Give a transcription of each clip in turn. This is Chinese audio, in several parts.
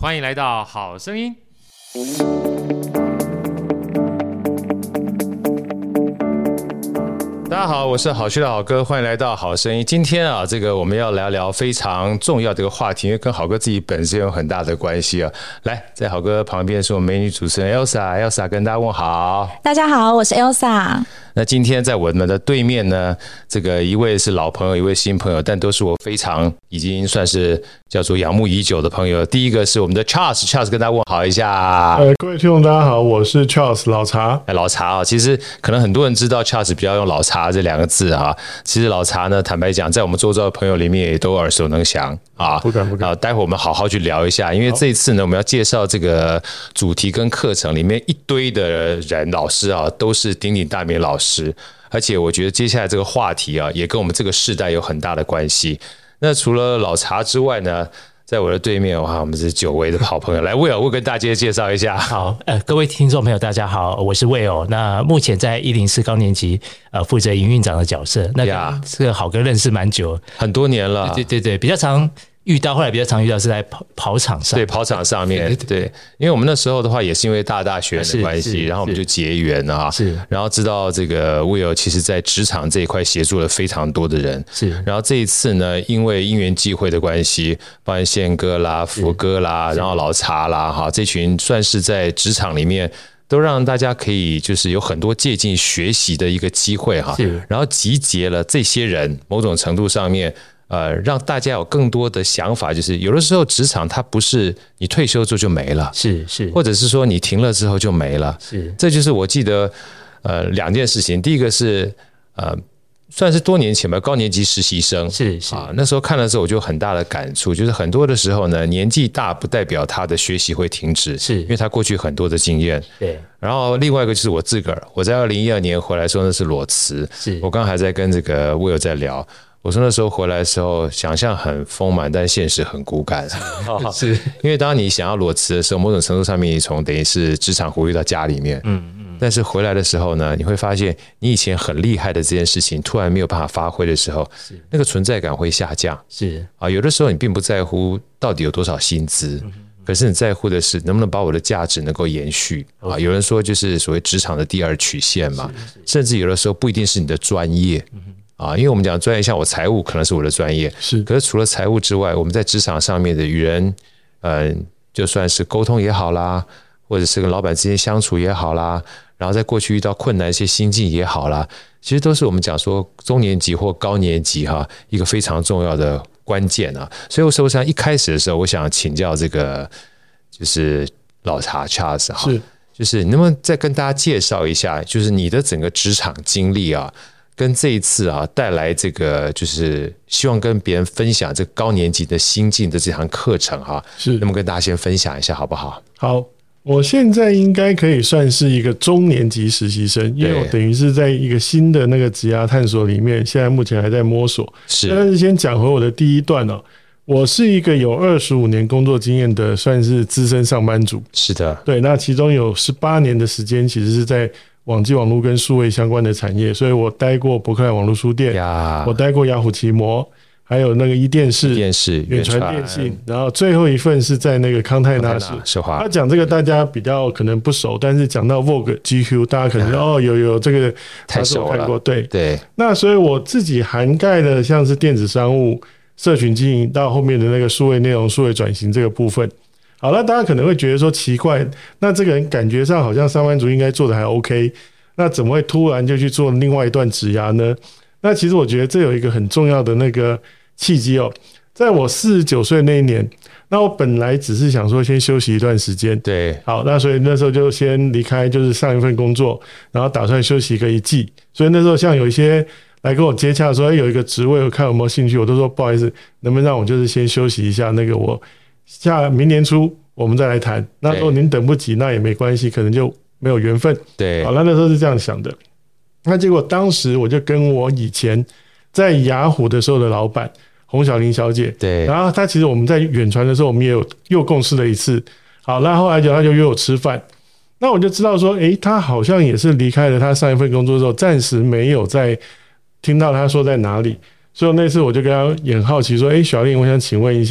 欢迎来到好声音。大家好，我是好趣的好哥，欢迎来到好声音。今天啊，我们要聊聊非常重要的一个话题，因为跟好哥自己本身有很大的关系啊。来，在好哥旁边是我们美女主持人 Elsa 跟大家问好。 大家好，我是 Elsa。 那今天在我们的对面呢，一位是老朋友，一位新朋友，但都是我非常已经算是叫做仰慕已久的朋友。第一个是我们的 Charles 跟大家问好一下。 各位听众大家好，我是 Charles 老茶。 老茶啊，其实可能很多人知道 Charles 比较用老茶这两个字啊，其实老茶呢，坦白讲，在我们周遭的朋友里面也都耳熟能详啊。 不敢。 待会我们好好去聊一下，因为这一次呢，我们要介绍这个主题跟课程里面一堆的人老师啊，都是鼎鼎大名老师。而且我觉得接下来这个话题啊，也跟我们这个世代有很大的关系。那除了老茶之外呢，在我的对面哇，我们是久违的好朋友，来 Will 跟大家介绍一下。 好，各位听众朋友大家好，我是 Will。那目前在104高年级负责营运长的角色。那这个好哥认识蛮久， 很多年了。 对，比较常遇到，后来比较常遇到是在跑场上。 对，跑场上面。对，因为我们那时候的话也是因为大学的关系，然后我们就结缘啊，然后知道这个 Will 其实在职场这一块协助了非常多的人。是，然后这一次呢，因为因缘际会的关系，包含宪哥啦、福哥啦，然后老茶啦，哈，这群算是在职场里面都让大家可以就是有很多借鉴学习的一个机会哈。然后集结了这些人，某种程度上面。让大家有更多的想法，就是有的时候职场它不是你退休之后就没了，是，或者是说你停了之后就没了，是，这就是我记得两件事情，第一个是算是多年前吧，高年级实习生是啊，那时候看的时候我就很大的感触，就是很多的时候呢，年纪大不代表他的学习会停止，是因为他过去很多的经验，对。然后另外一个就是我自个儿，我在2012年回来的时候那是裸辞，是我刚刚还在跟这个 Will 在聊。我说那时候回来的时候，想象很丰满，但现实很骨感。是因为当你想要裸辞的时候，某种程度上面，你从等于是职场回归到家里面。但是回来的时候呢，你会发现你以前很厉害的这件事情，突然没有办法发挥的时候，那个存在感会下降。是啊，有的时候你并不在乎到底有多少薪资。可是你在乎的是能不能把我的价值能够延续啊？有人说就是所谓职场的第二曲线嘛，甚至有的时候不一定是你的专业。因为我们讲专业，像我财务可能是我的专业，是。可是除了财务之外，我们在职场上面的与人，就算是沟通也好啦，或者是跟老板之间相处也好啦，然后在过去遇到困难一些心境也好啦，其实都是我们讲说中年级或高年级一个非常重要的关键啊。所以我实际上一开始的时候，我想请教这个就是老茶 Charles 哈，就是你能不能再跟大家介绍一下，就是你的整个职场经历啊？跟这一次带来这个就是希望跟别人分享这个高年级的心境的这堂课程是，那么跟大家先分享一下好不好？ 好，我现在应该可以算是一个中年级实习生，因为我等于是在一个新的那个职涯探索里面，现在目前还在摸索。是，但是先讲回我的第一段我是一个有25年工作经验的，算是资深上班族。是的，对，那其中有18年的时间其实是在网际网络跟数位相关的产业，所以我待过伯克莱网络书店，我待过雅虎奇摩，还有那个电视、远传电信，然后最后一份是在那个康泰纳仕。他讲这个大家比较可能不熟，但是讲到 Vogue、GQ， 大家可能有这个太熟了，看过， 对。那所以我自己涵盖的像是电子商务、社群经营到后面的那个数位内容、数位转型这个部分。好，那大家可能会觉得说奇怪，那这个人感觉上好像上班族应该做的还 OK， 那怎么会突然就去做另外一段职涯呢？那其实我觉得这有一个很重要的那个契机在我49岁那一年，那我本来只是想说先休息一段时间，对，好，那所以那时候就先离开，就是上一份工作，然后打算休息一季，所以那时候像有一些来跟我接洽说，有一个职位，我看有没有兴趣，我都说不好意思，能不能让我就是先休息一下，那个我明年初我们再来谈。那如果您等不及，那也没关系，可能就没有缘分。对，好，那时候是这样想的。那结果当时我就跟我以前在雅虎的时候的老板洪小玲小姐，对，然后她其实我们在远传的时候，我们也又共事了一次。好，那后来她就约我吃饭，那我就知道说，她好像也是离开了她上一份工作之后，暂时没有再听到她说在哪里。所以那次我就跟她也很好奇说，小玲，我想请问一下，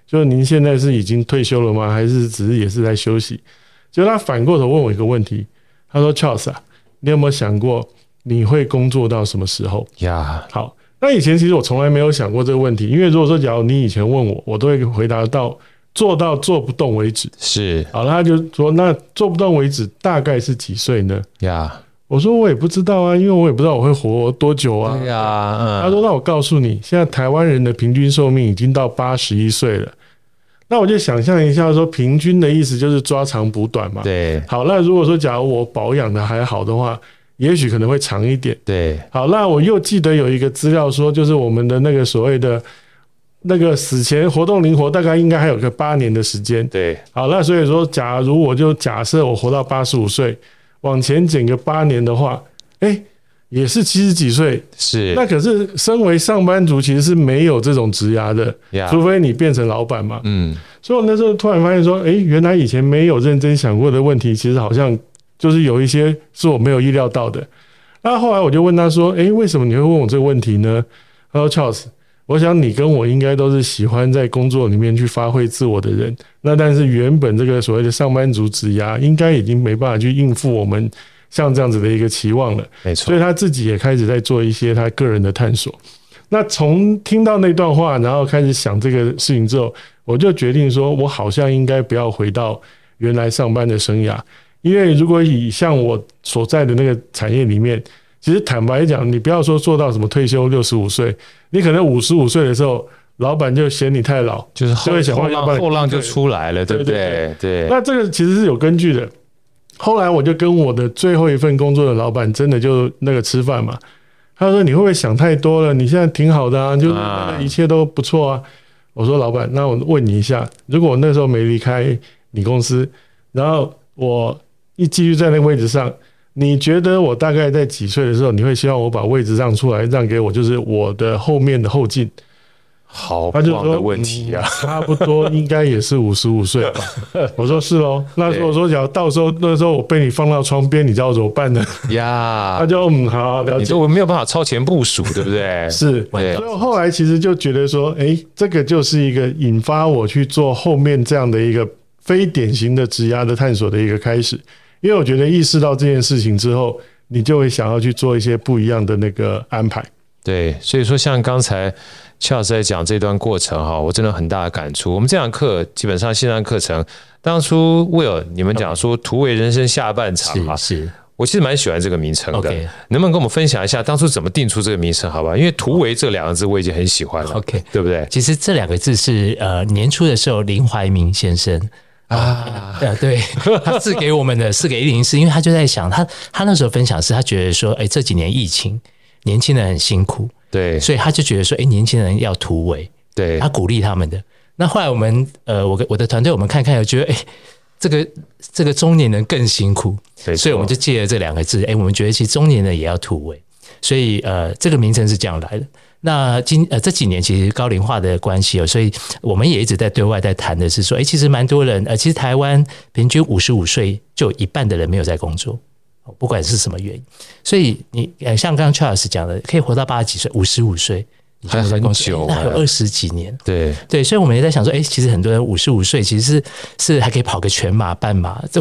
就是您现在是已经退休了吗？还是只是也是在休息？结果他反过头问我一个问题，他说 Charles 啊，你有没有想过你会工作到什么时候呀？ 好，那以前其实我从来没有想过这个问题，因为如果说假如你以前问我，我都会回答到做到做不动为止。 是， 好，他就说那做不动为止大概是几岁呢？ 呀， 我说我也不知道啊，因为我也不知道我会活多久啊。 对呀， 他说那我告诉你，现在台湾人的平均寿命已经到81岁了。那我就想象一下说，平均的意思就是抓长补短嘛。 对， 好，那如果说假如我保养的还好的话，也许可能会长一点。 对， 好，那我又记得有一个资料说，就是我们的那个所谓的那个死前活动灵活，大概应该还有个8年的时间。 对， 好，那所以说，假如我就假设我活到85岁，往前减个8年的话，也是70几岁。 是， 那可是身为上班族，其实是没有这种职涯的，除非你变成老板嘛。所以我那时候突然发现说，原来以前没有认真想过的问题，其实好像就是有一些是我没有意料到的。那后来我就问他说，为什么你会问我这个问题呢？他说 Charles， 我想你跟我应该都是喜欢在工作里面去发挥自我的人，那但是原本这个所谓的上班族职涯应该已经没办法去应付我们像这样子的一个期望了， 没错， 所以他自己也开始在做一些他个人的探索。那从听到那段话，然后开始想这个事情之后，我就决定说，我好像应该不要回到原来上班的生涯，因为如果以像我所在的那个产业里面，其实坦白讲，你不要说做到什么退休65岁，你可能55岁的时候，老板就嫌你太老， 就是会想后浪就出来了，对不对？对。 那这个其实是有根据的。后来我就跟我的最后一份工作的老板真的就那个吃饭嘛，他说你会不会想太多了？你现在挺好的啊，就是一切都不错啊。我说老板，那我问你一下，如果我那时候没离开你公司，然后我一继续在那个位置上，你觉得我大概在几岁的时候，你会希望我把位置让出来，让给我，就是我的后面的后进？ 好棒的问题啊！ 差不多应该也是55岁吧。我说是咯，那如果说假如到时候那时候我被你放到窗边，你知道怎么办呢？ 呀， 他就好了解。 你说我没有办法超前部署，对不对？ 是，所以我后来其实就觉得说，这个就是一个引发我去做后面这样的一个非典型的职涯的探索的一个开始。因为我觉得意识到这件事情之后，你就会想要去做一些不一样的那个安排。 对，所以说像刚才Charles在讲这段过程哈，我真的很大的感触。我们这堂课基本上线上课程，当初 Will 你们讲说突围人生下半场哈， 是我其实蛮喜欢这个名称的。 Okay. 能不能跟我们分享一下当初怎么定出这个名称，好吧？因为突围这2个字我已经很喜欢了 ，OK， 对不对？ 其实这2个字是年初的时候林怀民先生。对，他赐给我们的，赐给104，因为他就在想，他那时候分享是，他觉得说，这几年疫情，年轻人很辛苦， 对， 所以他就觉得说，年轻人要突围， 对， 他鼓励他们的。那后来我们，我的团队我们看看，觉得，这个中年人更辛苦，所以我们就借了这2个字，我们觉得其实中年人也要突围，所以这个名称是这样来的。那这几年其实高龄化的关系，所以我们也一直在对外在谈的是说，其实蛮多人，其实台湾平均55岁就有一半的人没有在工作，不管是什么原因。所以你像刚刚 Charles 讲的，可以活到80几岁、55岁。 还很久， 那还有20几年， 对， 所以我们也在想说，其实很多人55岁其实是还可以跑个全马、半马，这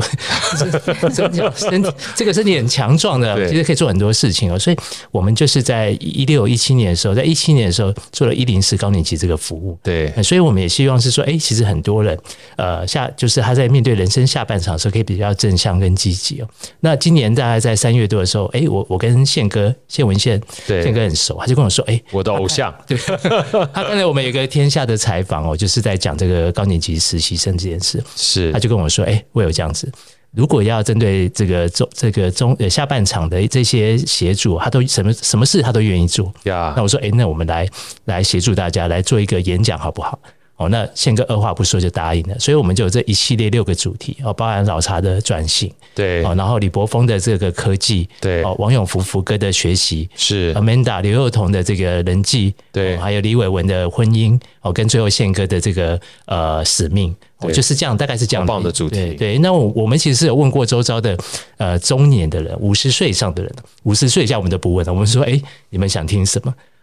个身体很强壮的，其实可以做很多事情哦。所以我们就是在16、17年的时候，在17年的时候做了104高年级这个服务， 对， 所以我们也希望是说，其实很多人就是他在面对人生下半场的时候，可以比较正向跟积极哦。那今年大概在3月多的时候，我跟宪哥宪文宪哥很熟，他就跟我说， 我的偶像。 对，他刚才我们有一个天下的采访就是在讲这个高年级实习生这件事， 是， 他就跟我说，我有这样子，如果要针对这个下半场的这些协助，他都什么事他都愿意做。那我说，那我们来协助大家来做一个演讲好不好？那宪哥二话不说就答应了，所以我们就有这一系列6个主题，包含老茶的转型， 对， 然后李柏锋的这个科技， 对， 王永福哥的学习， 是 Amanda 刘幼彤的这个人际， 对， 还有李伟文的婚姻，跟最后宪哥的这个使命，就是这样，大概是这样棒的主题。 对，那我们其实是有问过周遭的中年的人，50岁以上的人，50岁以下我们都不问了，我们说，你们想听什么？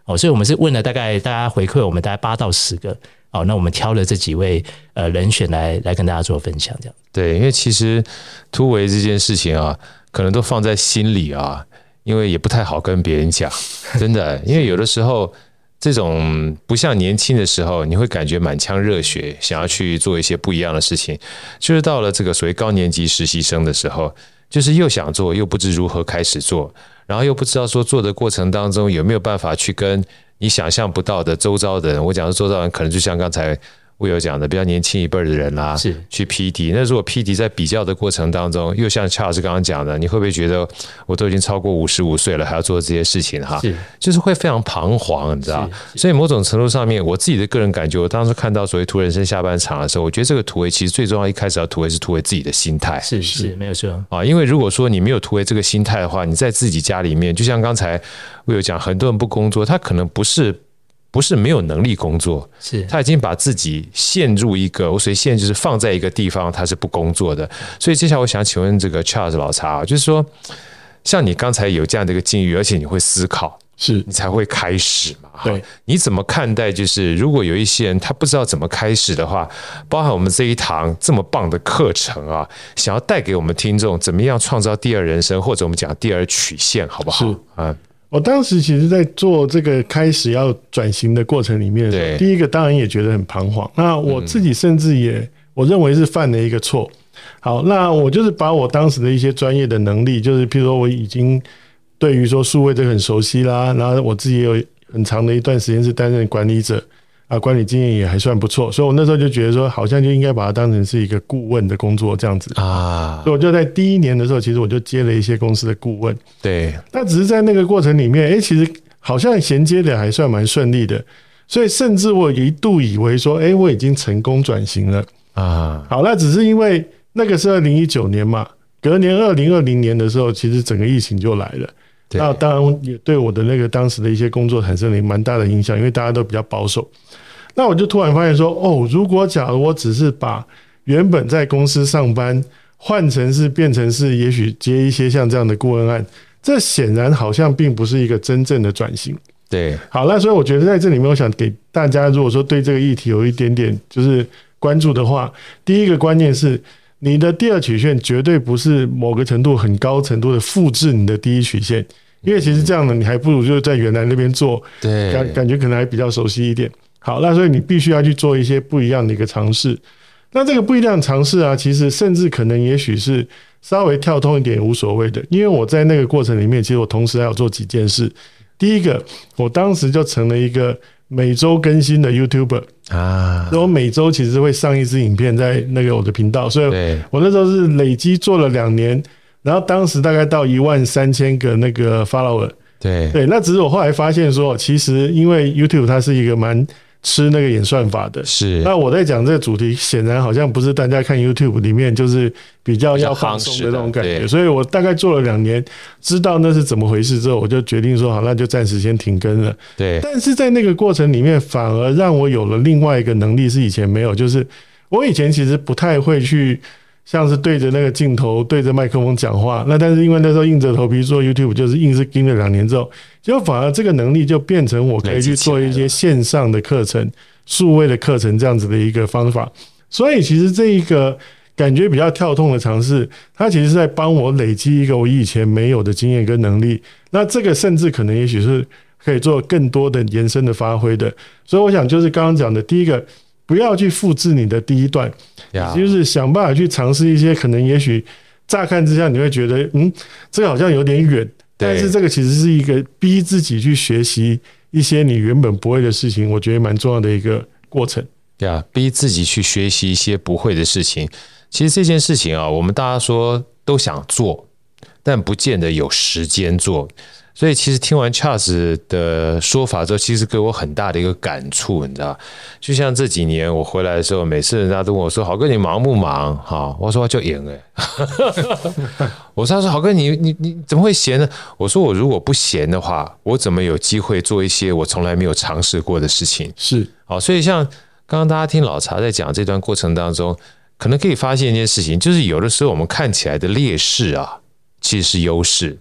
所以我们是问了大家回馈我们大概8到10个，那我们挑了这几位人选来跟大家做分享，这样。 对，因为其实突围这件事情啊，可能都放在心里啊，因为也不太好跟别人讲，真的，因为有的时候这种不像年轻的时候，你会感觉满腔热血，想要去做一些不一样的事情，就是到了这个所谓高年级实习生的时候，就是又想做，又不知如何开始做，然后又不知道说做的过程当中有没有办法去跟你想象不到的周遭的人，我讲的周遭人可能就像刚才我有讲的比较年轻一辈的人啦，是去匹敌。那如果匹敌在比较的过程当中，又像Charles刚刚讲的，你会不会觉得我都已经超过55岁了，还要做这些事情哈？就是会非常彷徨，你知道？所以某种程度上面，我自己的个人感觉，我当时看到所谓突人生下半场的时候，我觉得这个突围其实最重要，一开始要突围是突围自己的心态， 是没有错啊。因为如果说你没有突围这个心态的话，你在自己家里面，就像刚才我有讲，很多人不工作，他可能不是没有能力工作，是他已经把自己陷入一个，我所谓陷就是放在一个地方，他是不工作的。所以接下来我想请问这个 Charles 老查，就是说，像你刚才有这样的一个境遇，而且你会思考， 是你才会开始嘛？ 对， 你怎么看待？就是如果有一些人他不知道怎么开始的话，包含我们这一堂这么棒的课程啊，想要带给我们听众，怎么样创造第二人生，或者我们讲第二曲线，好不好？是啊。 我当时其实在做这个开始要转型的过程里面，第一个当然也觉得很彷徨。那我自己甚至也我认为是犯了一个错。好，那我就是把我当时的一些专业的能力，就是譬如说我已经对于说数位这个很熟悉啦，然后我自己也有很长的一段时间是担任管理者啊，管理经验也还算不错，所以我那时候就觉得说，好像就应该把它当成是一个顾问的工作这样子啊。所以我就在第1年的时候，其实我就接了一些公司的顾问。对，那只是在那个过程里面，其实好像衔接的还算蛮顺利的，所以甚至我一度以为说，我已经成功转型了啊。好，那只是因为那个是2019年嘛，隔年2020年的时候，其实整个疫情就来了。那当然也对我的那个当时的一些工作产生了蛮大的影响，因为大家都比较保守。那我就突然发现说，如果假如我只是把原本在公司上班换成是变成是也许接一些像这样的顾问案，这显然好像并不是一个真正的转型。对，好，那所以我觉得在这里面，我想给大家，如果说对这个议题有一点点就是关注的话，第一个观念是，你的第二曲线绝对不是某个程度很高程度的复制你的第一曲线。因为其实这样呢，你还不如就在原来那边做，对，感觉可能还比较熟悉一点。好，那所以你必须要去做一些不一样的一个尝试。那这个不一样的尝试啊，其实甚至可能也许是稍微跳通一点也无所谓的。因为我在那个过程里面，其实我同时还有做几件事。第一个，我当时就成了一个每周更新的 YouTuber 啊，所以我每周其实会上一支影片在那个我的频道，所以我那时候是累积做了2年。然后当时大概到13000个那个 follower， 对，那只是我后来发现说，其实因为 YouTube 它是一个蛮吃那个演算法的，是。那我在讲这个主题，显然好像不是大家看 YouTube 里面就是比较要放松的那种感觉，所以我大概做了2年，知道那是怎么回事之后，我就决定说好，那就暂时先停更了。对。但是在那个过程里面，反而让我有了另外一个能力是以前没有，就是我以前其实不太会去。像是对着那个镜头对着麦克风讲话，那但是因为那时候硬着头皮做 YouTube， 就是硬是盯了2年之后，结果反而这个能力就变成我可以去做一些线上的课程、数位的课程这样子的一个方法。所以其实这一个感觉比较跳痛的尝试，它其实是在帮我累积一个我以前没有的经验跟能力。那这个甚至可能也许是可以做更多的延伸的发挥的。所以我想就是刚刚讲的第一个，不要去复制你的第一段，就是想办法去尝试一些可能也许乍看之下你会觉得这个好像有点远，但是这个其实是一个逼自己去学习一些你原本不会的事情，我觉得蛮重要的一个过程。 逼自己去学习一些不会的事情。其实这件事情啊，我们大家说都想做，但不见得有时间做。所以其实听完 Charles 的说法之后，其实给我很大的一个感触，你知道，就像这几年我回来的时候，每次人家都问我说：“好哥，你忙不忙？”哈，我说我就闲我说好哥，你怎么会闲呢？我说我如果不闲的话，我怎么有机会做一些我从来没有尝试过的事情？是，好，所以像刚刚大家听老查在讲这段过程当中，可能可以发现一件事情，就是有的时候我们看起来的劣势啊，其实是优势。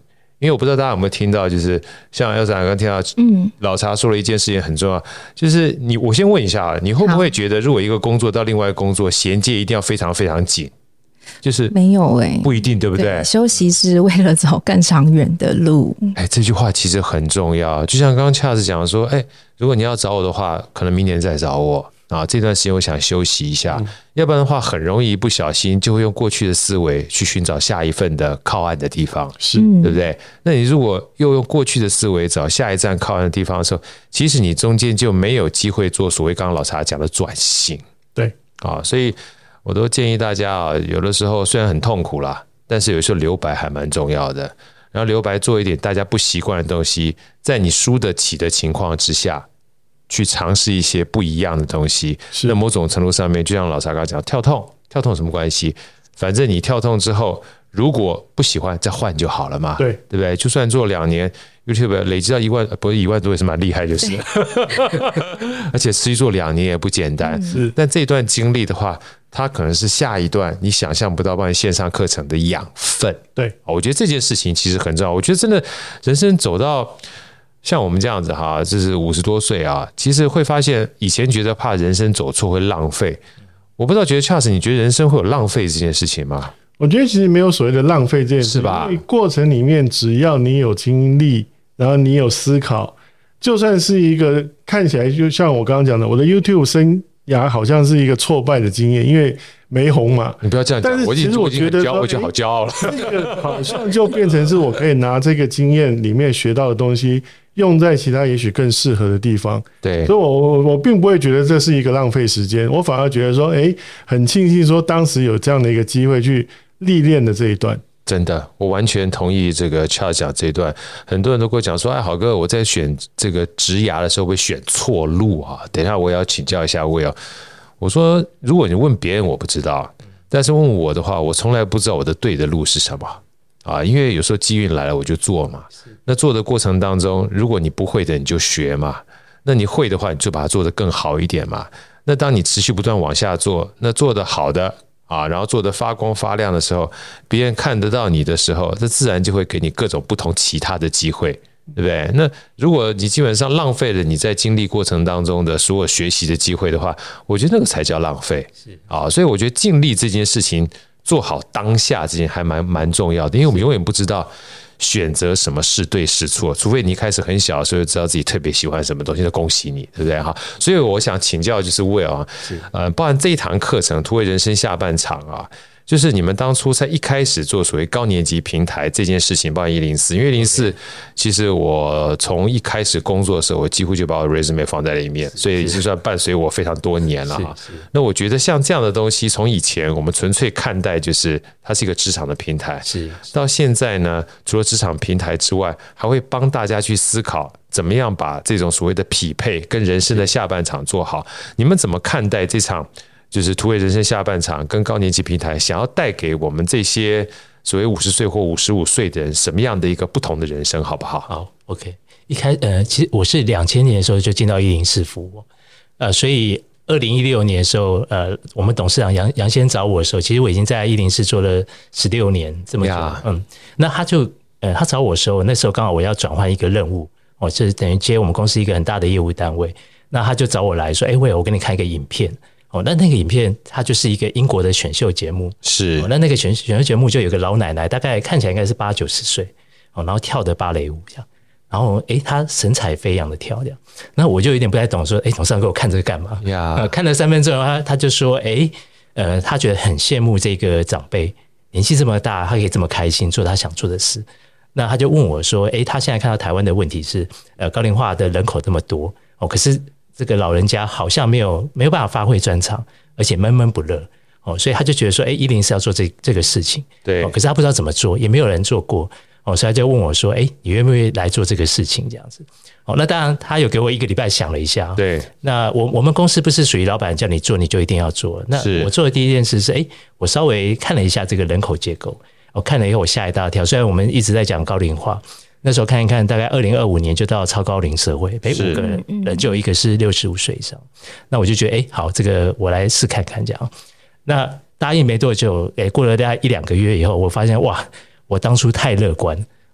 因为我不知道大家有没有听到，就是像Elsa刚刚听到，老查说了一件事情很重要，就是我先问一下，你会不会觉得，如果一个工作到另外一个工作衔接一定要非常非常紧？就是没有不一定，对不对？ 休息是为了走更长远的路。 这句话其实很重要。就像刚刚Charles讲说，如果你要找我的话，可能明年再找我。这段时间我想休息一下，要不然的话很容易不小心就会用过去的思维去寻找下一份的靠岸的地方， 是对不对？那你如果又用过去的思维找下一站靠岸的地方的时候，其实你中间就没有机会做所谓刚刚老查讲的转型。 对所以我都建议大家有的时候虽然很痛苦啦，但是有时候留白还蛮重要的。然后留白做一点大家不习惯的东西，在你输得起的情况之下，去尝试一些不一样的东西。那某种程度上面，就像老查刚刚讲，跳痛有什么关系？反正你跳痛之后，如果不喜欢再换就好了嘛，对不对？就算做2年 YouTube 累积到1万，不是1万多也是蛮厉害，就是，而且持续做2年也不简单。但这段经历的话，它可能是下一段你想象不到关于线上课程的养分。 对， 我觉得这件事情其实很重要。我觉得真的人生走到像我们这样子就是50多岁其实会发现以前觉得怕人生走错会浪费，我不知道觉得 Charles 你觉得人生会有浪费这件事情吗？ 我觉得其实没有所谓的浪费这件事，是吧？因为过程里面只要你有经历，然后你有思考，就算是一个看起来就像我刚刚讲的，我的 YouTube 生涯好像是一个挫败的经验，因为没红嘛。 你不要这样讲，但是其实我觉得我就好骄傲了。 这个好像就变成是我可以拿这个经验里面学到的东西，用在其他也许更适合的地方。 对， 所以我并不会觉得这是一个浪费时间，我反而觉得说，很庆幸说当时有这样的一个机会去历练的这一段。 真的，我完全同意这个 Charles 讲这一段。很多人都跟我讲说，好哥，我在选这个职涯的时候会选错路等一下我也要请教一下Will。我说，如果你问别人，我不知道，但是问我的话，我从来不知道我的对的路是什么因为有时候机运来了我就做嘛。那做的过程当中，如果你不会的你就学嘛，那你会的话你就把它做得更好一点嘛。那当你持续不断往下做，那做得好的然后做得发光发亮的时候，别人看得到你的时候，这自然就会给你各种不同其他的机会，对不对？那如果你基本上浪费了你在经历过程当中的所有学习的机会的话，我觉得那个才叫浪费。所以我觉得尽力这件事情，做好当下这件还蛮重要的，因为我们永远不知道选择什么是对是错，除非你一开始很小的时候就知道自己特别喜欢什么东西，那恭喜你，对不对？所以我想请教就是 Will 包含这一堂课程突围人生下半场就是你们当初在一开始做所谓高年级平台这件事情，包含104，因为104其实我从一开始工作的时候，我几乎就把我 resume 放在里面，所以已经算伴随我非常多年了那我觉得像这样的东西，从以前我们纯粹看待就是它是一个职场的平台，到现在呢，除了职场平台之外，还会帮大家去思考怎么样把这种所谓的匹配跟人生的下半场做好。你们怎么看待这场就是突围人生下半场跟高年级平台想要带给我们这些所谓50岁或55岁的人什么样的一个不同的人生，好不好？ 好 ，OK。其实我是2000年的时候就进到104服务，所以2016年的时候，我们董事长杨先找我的时候，其实我已经在104做了16年这么久。那他找我的时候，那时候刚好我要转换一个任务，就是等于接我们公司一个很大的业务单位，那他就找我来说，喂，我给你看一个影片。那个影片它就是一个英国的选秀节目， 是那个选秀节目就有个老奶奶，大概看起来应该是80-90岁，然后跳的芭蕾舞这样，然后她神采飞扬的跳这样，那我就有点不太懂，说董事长给我看这个干嘛？看了3分钟，他就说他觉得很羡慕这个长辈年纪这么大，他可以这么开心做他想做的事。那他就问我说，他现在看到台湾的问题是高龄化的人口这么多可是这个老人家好像没有办法发挥专长，而且闷闷不乐所以他就觉得说104要做这个事情， 对可是他不知道怎么做，也没有人做过所以他就问我说你愿不愿意来做这个事情这样子那当然他有给我1个礼拜想了一下， 对， 那我们公司不是属于老板叫你做你就一定要做，那我做的第一件事是我稍微看了一下这个人口结构，我看了以后我吓一大跳，虽然我们一直在讲高龄化，那时候看一看，大概2025年就到超高龄社会，每5个人就有1个是65岁以上。那我就觉得，好，这个我来试看看这样。那答应没多久，过了大概1-2个月以后，我发现哇，我当初太乐观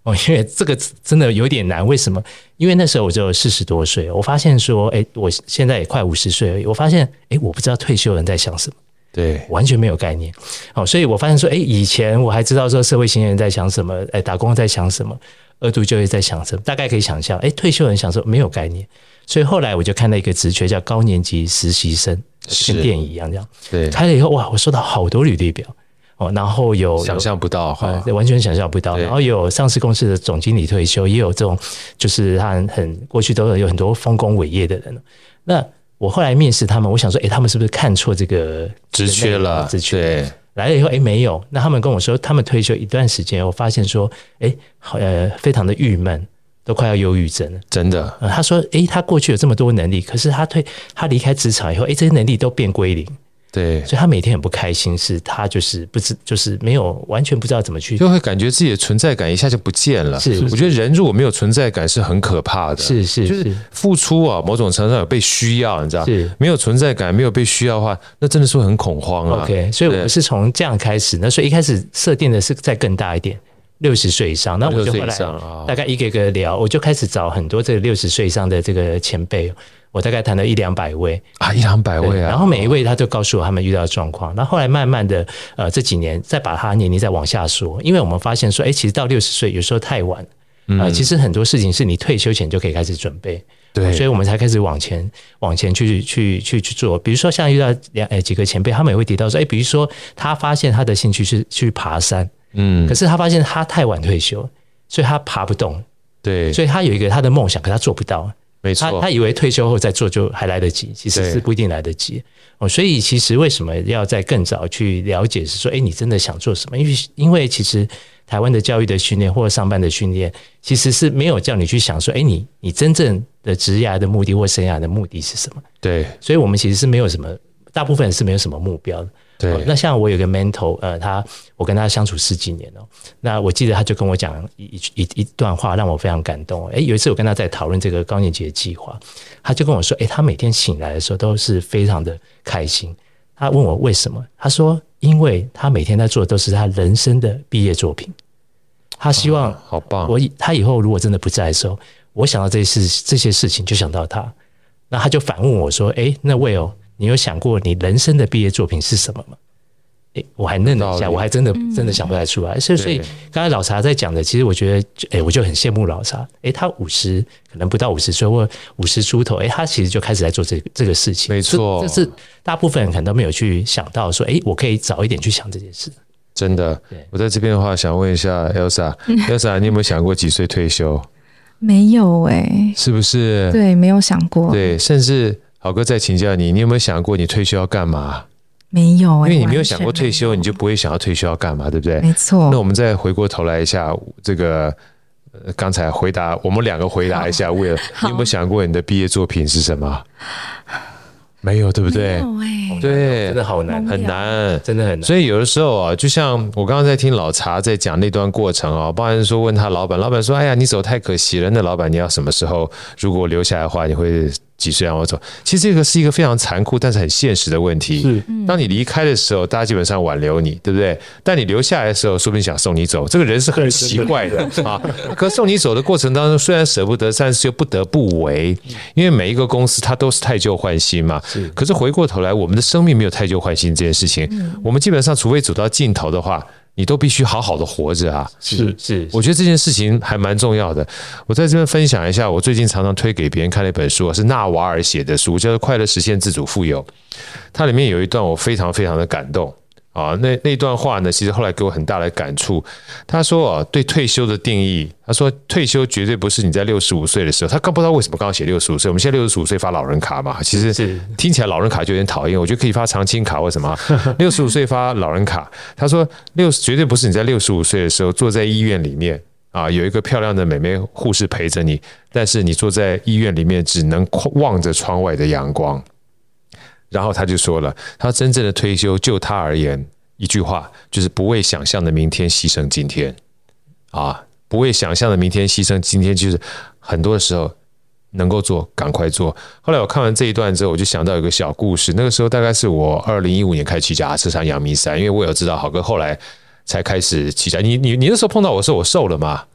因为这个真的有点难。为什么？因为那时候我就40多岁，我发现说，我现在也快50岁而已，我发现，我不知道退休人在想什么。 对， 完全没有概念。所以我发现说，以前我还知道说社会新人在想什么，打工在想什么，二度就业在想什么，大概可以想象。退休人想说没有概念。所以后来我就看到一个职缺叫高年级实习生，跟电影一样这样。 对， 开了以后，哇，我收到好多履历表。然后有想象不到， 完全想象不到。然后有上市公司的总经理退休，也有这种就是他很过去都有很多丰功伟业的人。那我后来面试他们，我想说，他们是不是看错这个职缺了？ 对，来了以后，没有。那他们跟我说，他们退休一段时间，我发现说，非常的郁闷，都快要忧郁症了。 真的， 他说，他过去有这么多能力，可是他离开职场以后，这些能力都变归零。 对， 所以他每天很不开心，是他就是没有完全不知道怎么去， 就会感觉自己的存在感一下就不见了。 是， 我觉得人如果没有存在感是很可怕的。 是， 就是付出啊，某种程度上有被需要，你知道， 是没有存在感，没有被需要的话，那真的是会很恐慌啊。 OK， 所以我们是从这样开始，那所以一开始设定的是再更大一点。60岁以上，那我就后来大概一个一个聊，我就开始找很多这个60岁以上的这个前辈，我大概谈了100-200位啊，100-200位啊， 然后每一位他就告诉我他们遇到的状况，然后后来慢慢的这几年再把他年龄再往下说，因为我们发现说，其实到60岁有时候太晚，其实很多事情是你退休前就可以开始准备， 对， 所以我们才开始往前去做，比如说像遇到几个前辈，他们也会提到说，比如说他发现他的兴趣是去爬山。可是他发现他太晚退休，所以他爬不动。 对， 所以他有一个他的梦想，可他做不到。 没错， 他以为退休后再做就还来得及，其实是不一定来得及。所以其实为什么要在更早去了解，是说，你真的想做什么？因为其实台湾的教育的训练或者上班的训练，其实是没有叫你去想说，你真正的职业的目的或生涯的目的是什么？ 对， 所以我们其实是没有什么，大部分人是没有什么目标的。 对， 那像我有个 mentor，我跟他相处10几年那我记得他就跟我讲一段话，让我非常感动。有一次我跟他在讨论这个高年级的计划，他就跟我说，他每天醒来的时候都是非常的开心。他问我为什么，他说因为他每天在做的都是他人生的毕业作品。他希望好棒， 他以后如果真的不在的时候，我想到这些事情就想到他。那他就反问我说，那Will，你有想过你人生的毕业作品是什么吗？我还愣了一下，我还真的想不太出来。所以刚才老查在讲的，其实我觉得，我就很羡慕老查。他50可能不到50岁或50出头，他其实就开始在做这个事情。 没错， 这是大部分人可能都没有去想到说，我可以早一点去想这件事。 真的，我在这边的话，想问一下 Elsa， 你有没有想过几岁退休？ 没有是不是？ 对，没有想过。 对，甚至好哥再请教你，你有没有想过你退休要干嘛？ 没有， 因为你没有想过退休，你就不会想要退休要干嘛，对不对？ 没错。 那我们再回过头来一下，这个刚才我们2个回答一下 Will， 你有没有想过你的毕业作品是什么？没有，对不对？ 没有对， 真的好难， 很难， 真的很难。 所以有的时候啊，就像我刚刚在听老查在讲那段过程啊，包含说问他老板说，哎呀，你走太可惜了。那老板，你要什么时候？如果留下来的话，你会几岁让我走？其实这个是一个非常残酷，但是很现实的问题。 是， 当你离开的时候，大家基本上挽留你，对不对？但你留下来的时候，说不定想送你走。这个人是很奇怪的啊。可送你走的过程当中，虽然舍不得，但是又不得不为，因为每一个公司它都是汰旧换新嘛。可是回过头来，我们的生命没有汰旧换新这件事情。我们基本上，除非走到尽头的话，你都必须好好的活着啊！ 是， 我觉得这件事情还蛮重要的。我在这边分享一下，我最近常常推给别人看的一本书，是纳瓦尔写的书，叫做《快乐实现自主富有》。它里面有一段我非常非常的感动啊！那段话呢，其实后来给我很大的感触。他说啊，对退休的定义，他说退休绝对不是你在65岁的时候。他刚不知道为什么刚刚写65岁，我们现在65岁发老人卡嘛，其实听起来老人卡就有点讨厌，我觉得可以发长青卡，为什么？65岁发老人卡，他说绝对不是你在65岁的时候坐在医院里面啊，有一个漂亮的美眉护士陪着你，但是你坐在医院里面只能望着窗外的阳光。然后他就说了，他真正的退休就他而言，一句话就是不为想象的明天牺牲今天啊，不为想象的明天牺牲今天，就是很多的时候能够做赶快做。后来我看完这一段之后，我就想到有个小故事。那个时候大概是我2015年开始骑脚踏车上阳明山，因为我有知道好哥后来才开始骑脚。你那时候碰到我的时候，我瘦了吗？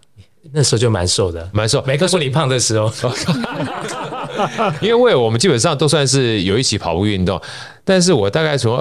那时候就蛮瘦的， 蛮瘦， 没告诉你胖的时候。 因为我们基本上都算是有一起跑步运动，但是我大概从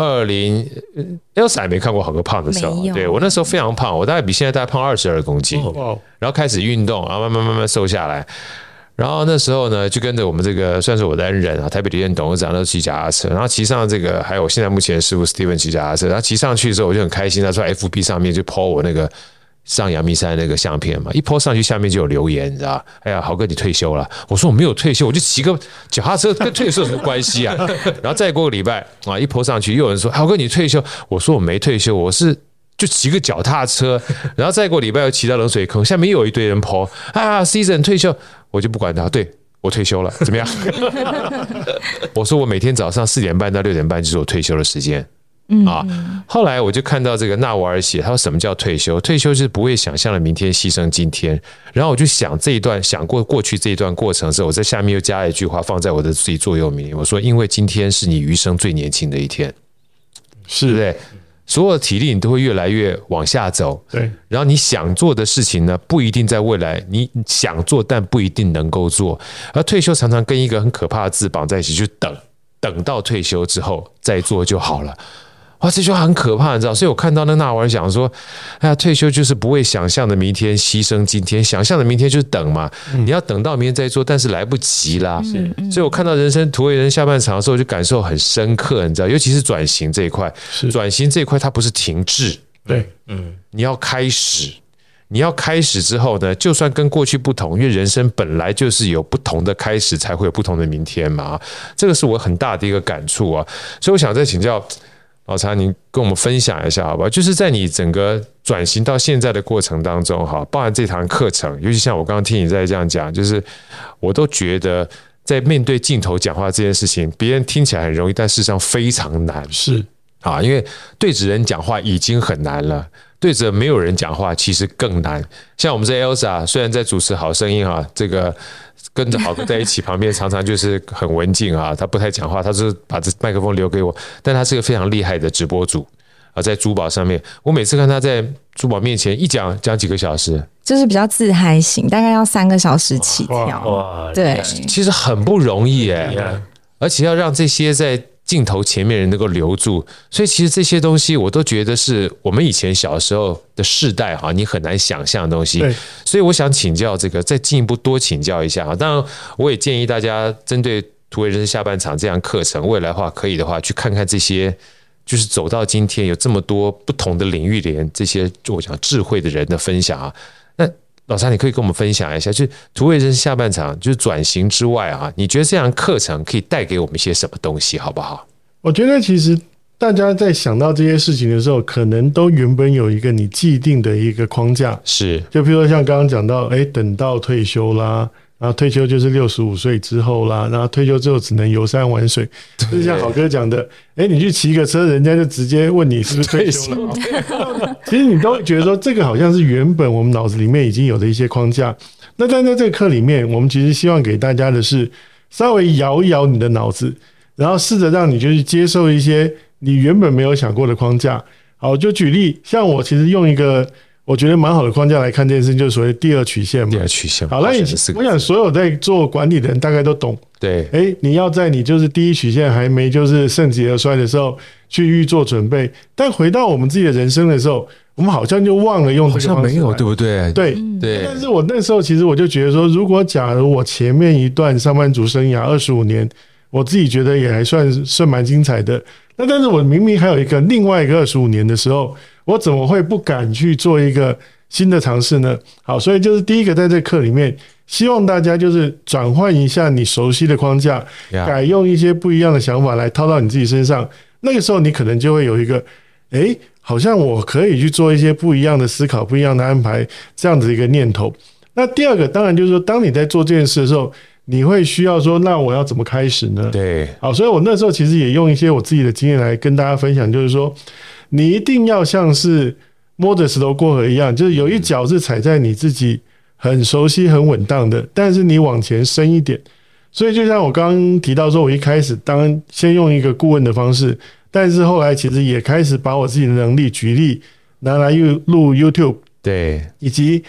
Elsa 也没看过好哥胖的时候，对我那时候非常胖，我大概比现在大概胖22公斤，然后开始运动，然后慢慢瘦下来。然后那时候呢，就跟着我们这个算是我的恩人啊，台北旅店董事长都骑脚踏车，然后骑上这个，还有我现在目前的师傅 Steven 骑脚踏车，然后骑上去的时候我就很开心，他说 FB 上面就 po 我那个上阳明山那个相片嘛，一 po 上去下面就有留言，你知道？哎呀，豪哥你退休了？我说我没有退休，我就骑个脚踏车，跟退休有什么关系啊？然后再过个礼拜啊，一 po 上去又有人说豪哥你退休，我说我没退休，我是就骑个脚踏车，然后再过礼拜又骑到冷水坑，下面又有一堆人 po 啊 ，Season 退休。我就不管他，对我退休了，怎么样？我说我每天早上4点半到6点半就是我退休的时间。后来我就看到这个纳瓦尔写，他说什么叫退休？退休就是不会想象的明天，牺牲今天。然后我就想这一段，想过去这一段过程之后，我在下面又加了一句话，放在我的自己座右铭。我说，因为今天是你余生最年轻的一天，是不对？所有的体力你都会越来越往下走， 对。 然后你想做的事情呢，不一定在未来你想做，但不一定能够做。而退休常常跟一个很可怕的字绑在一起，就等到退休之后再做就好了。哇，这句话很可怕，你知道？所以我看到那纳瓦尔讲说，哎呀，退休就是不会想象的明天，牺牲今天，想象的明天就是等嘛，你要等到明天再做，但是来不及啦。所以我看到人生土味人下半场的时候，就感受很深刻，你知道？尤其是转型这一块，转型这一块它不是停滞， 对， 你要开始。你要开始之后呢，就算跟过去不同，因为人生本来就是有不同的开始，才会有不同的明天嘛。这个是我很大的一个感触啊。所以我想再请教老查，您跟我们分享一下好不好？就是在你整个转型到现在的过程当中，哈，包含这堂课程，尤其像我刚刚听你在这样讲，就是我都觉得在面对镜头讲话这件事情，别人听起来很容易，但事实上非常难。 是啊，因为对着人讲话已经很难了，对着没有人讲话其实更难。像我们这 Elsa， 虽然在主持好声音啊，这个跟着豪哥在一起，旁边常常就是很文静啊，他不太讲话，他是把这麦克风留给我，但他是个非常厉害的直播主啊，在珠宝上面，我每次看他在珠宝面前一讲几个小时， 就是比较自嗨型，大概要3个小时起跳。哇，对， 其实很不容易耶，而且要让这些在镜头前面人能够留住，所以其实这些东西我都觉得是我们以前小时候的世代哈，你很难想象的东西。所以我想请教这个，再进一步多请教一下。当然，我也建议大家针对土味人生下半场这样课程，未来的话可以的话，去看看这些，就是走到今天有这么多不同的领域里这些我讲智慧的人的分享啊。那老查，你可以跟我们分享一下，就是土味人生下半场，就是转型之外啊，你觉得这样课程可以带给我们一些什么东西，好不好？ 我觉得其实大家在想到这些事情的时候，可能都原本有一个你既定的一个框架， 是，就比如说像刚刚讲到，等到退休啦，然后退休就是65岁之后啦，然后退休之后只能游山玩水，就是像好哥讲的，你去骑个车，人家就直接问你是不是退休了。其实你都觉得说，这个好像是原本我们脑子里面已经有的一些框架。那但在这个课里面，我们其实希望给大家的是稍微摇一摇你的脑子，然后试着让你就是接受一些你原本没有想过的框架。好，就举例，像我其实用一个我觉得蛮好的框架来看这件事情，就是所谓第二曲线嘛。 第二曲线。 好，那我想所有在做管理的人大概都懂。 对， 你要在你就是第一曲线还没就是盛极而衰的时候去预做准备，但回到我们自己的人生的时候，我们好像就忘了用这个方式， 好像没有，对不对？ 对。但是我那时候其实我就觉得说，如果假如我前面一段上班族生涯25年，我自己觉得也还算蛮精彩的。那但是我明明还有另外一个25年的时候，我怎么会不敢去做一个新的尝试呢？好，所以就是第一个在这课里面，希望大家就是转换一下你熟悉的框架，改用一些不一样的想法来套到你自己身上。那个时候你可能就会有一个，好像我可以去做一些不一样的思考、不一样的安排这样子一个念头。那第二个当然就是说，当你在做这件事的时候，你会需要说，那我要怎么开始呢？ 对， 好，所以我那时候其实也用一些我自己的经验来跟大家分享，就是说，你一定要像是摸着石头过河一样，就是有一脚是踩在你自己很熟悉、很稳当的，但是你往前伸一点。所以就像我刚刚提到说，我一开始当然先用一个顾问的方式，但是后来其实也开始把我自己的能力举例拿来录 YouTube， 对， 以及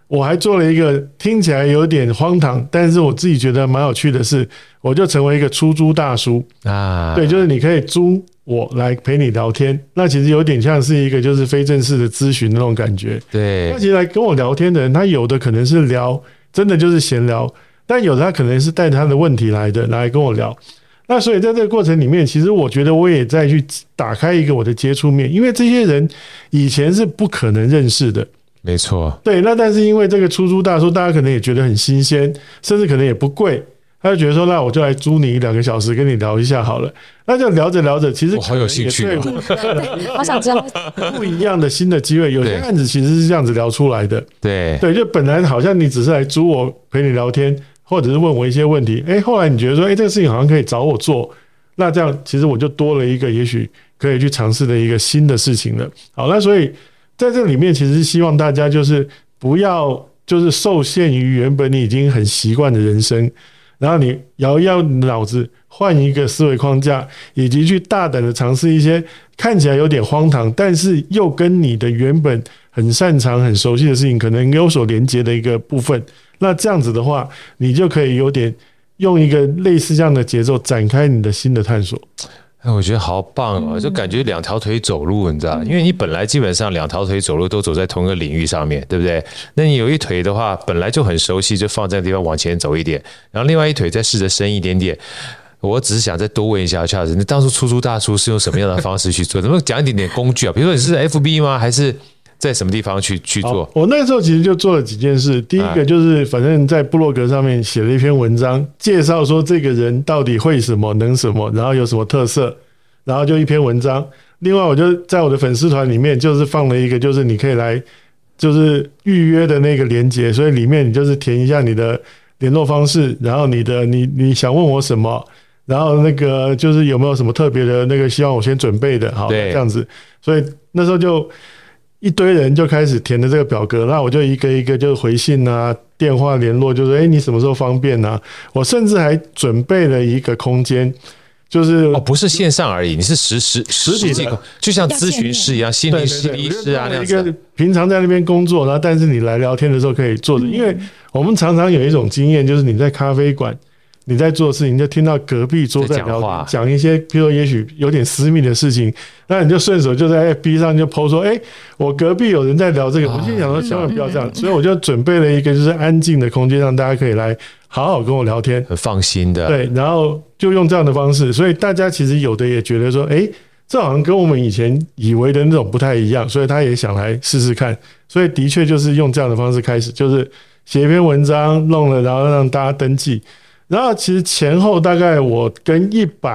我还做了一个听起来有点荒唐，但是我自己觉得蛮有趣的是，我就成为一个出租大叔啊。对，就是你可以租我来陪你聊天，那其实有点像是一个就是非正式的咨询那种感觉。 对， 那其实来跟我聊天的人，他有的可能是聊真的就是闲聊，但有的他可能是带着他的问题来跟我聊。那所以在这个过程里面，其实我觉得我也在去打开一个我的接触面，因为这些人以前是不可能认识的。 没错， 对，那但是因为这个出租大叔，大家可能也觉得很新鲜，甚至可能也不贵，他就觉得说，那我就来租你1-2个小时跟你聊一下好了。那就聊着聊着，其实我好有兴趣， 好想知道不一样的新的机会。有些案子其实是这样子聊出来的。 对， 就本来好像你只是来租我陪你聊天，或者是问我一些问题，后来你觉得说，这个事情好像可以找我做，那这样其实我就多了一个也许可以去尝试的一个新的事情了。好，那所以在这里面其实是希望大家就是不要就是受限于原本你已经很习惯的人生，然后你摇一摇脑子，换一个思维框架，以及去大胆的尝试一些看起来有点荒唐，但是又跟你的原本很擅长很熟悉的事情可能有所连接的一个部分。那这样子的话，你就可以有点用一个类似这样的节奏展开你的新的探索。 我觉得好棒哦，就感觉2条腿走路，你知道，因为你本来基本上2条腿走路都走在同一个领域上面，对不对？那你有一腿的话，本来就很熟悉，就放在地方往前走一点，然后另外一腿再试着伸一点点。我只是想再多问一下Charles，你当初出租大叔是用什么样的方式去做？能不能讲一点点工具啊？比如说你是 FB 吗？还是在什么地方去做？ 我那时候其实就做了几件事。第一个就是反正在部落格上面写了一篇文章，介绍说这个人到底会什么能什么，然后有什么特色，然后就一篇文章。另外我就在我的粉丝团里面就是放了一个就是你可以来就是预约的那个连结，所以里面你就是填一下你的联络方式，然后你想问我什么，然后那个就是有没有什么特别的那个希望我先准备的，好，这样子。所以那时候就一堆人就开始填的这个表格，那我就一个一个就回信啊、电话联络，就说你什么时候方便啊？我甚至还准备了一个空间，就是不是线上而已，你是实体的，就像咨询师一样，心理师啊那样子。 一个平常在那边工作，然后但是你来聊天的时候可以坐着，因为我们常常有一种经验，就是你在咖啡馆。你在做事情，就听到隔壁桌在聊天，讲一些，比如说也许有点私密的事情，那你就顺手就在 FB 上就 po 说，我隔壁有人在聊这个，我心想说千万不要这样，所以我就准备了一个就是安静的空间，让大家可以来好好跟我聊天， 很放心的。 对，然后就用这样的方式，所以大家其实有的也觉得说，这好像跟我们以前以为的那种不太一样，所以他也想来试试看，所以的确就是用这样的方式开始，就是写一篇文章弄了，然后让大家登记。然后其实前后大概我跟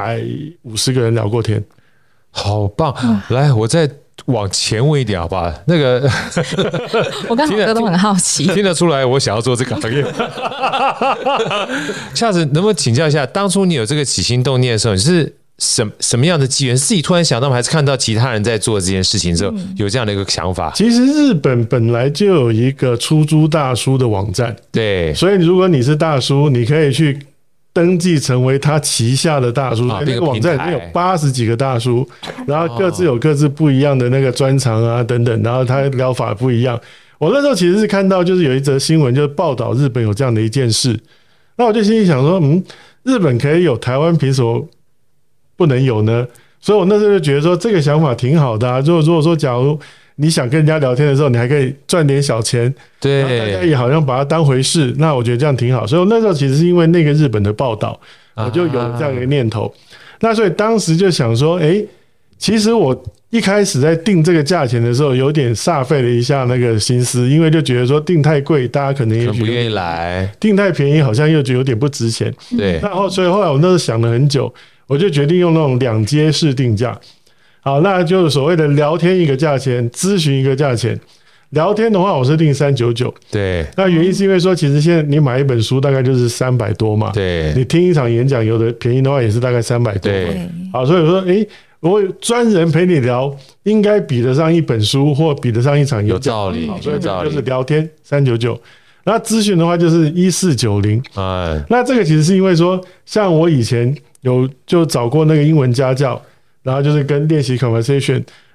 150个人聊过天， 好棒！来，我再往前问一点好不好？那个我跟豪哥都很好奇， 听得出来我想要做这个行业。Charles，能不能请教一下，当初你有这个起心动念的时候，你是什么样的机缘？是自己突然想到吗？还是看到其他人在做这件事情之后有这样的一个想法？ 其实日本本来就有一个出租大叔的网站， 对， 所以如果你是大叔，你可以去登记成为他旗下的大叔。那个网站里面有80几个大叔，然后各自有各自不一样的那个专长啊等等，然后他疗法不一样。我那时候其实是看到就是有一则新闻，就是报道日本有这样的一件事，那我就心里想说，日本可以有，台湾凭什么不能有呢？所以我那时候就觉得说这个想法挺好的啊。如果说假如你想跟人家聊天的时候，你还可以赚点小钱， 对， 大家也好像把它当回事，那我觉得这样挺好。所以我那时候其实是因为那个日本的报道，我就有这样一个念头。那所以当时就想说，其实我一开始在定这个价钱的时候，有点煞费了一下那个心思，因为就觉得说定太贵，大家可能也不愿意来； 定太便宜，好像又觉得有点不值钱。 对， 所以后来我那时候想了很久，我就决定用那种2阶式定价。好，那就是所谓的聊天一个价钱，咨询一个价钱。聊天的话，我是定399。 对， 那原因是因为说，其实现在你买一本书大概就是300多嘛。 对， 你听一场演讲，有的便宜的话也是大概300多。 对， 好，所以说，我专人陪你聊，应该比得上一本书，或比得上一场演讲。 有道理， 所以就是聊天399。那咨询的话就是1490。那这个其实是因为说，像我以前就找过那个英文家教，然后就是跟练习 conversation。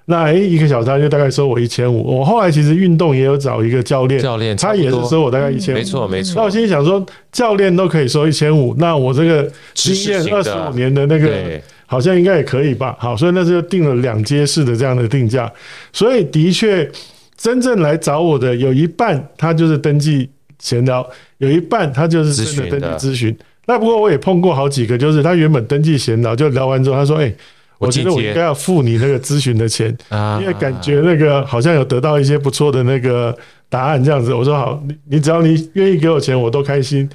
那1个小时他就大概收我1500。我后来其实运动也有找一个教练，他也是收我大概1500。 没错没错。 那我心里想说，教练都可以收1500，那我这个经验25年的那个好像应该也可以吧？好，所以那就定了2阶式的这样的定价。所以的确，真正来找我的有一半他就是登记闲聊，有一半他就是真的登记咨询。那不过我也碰过好几个，就是他原本登记闲聊，就聊完之后他说：“我觉得我应该要付你那个咨询的钱，因为感觉那个好像有得到一些不错的那个答案这样子。”我说：“好，你只要你愿意给我钱，我都开心。”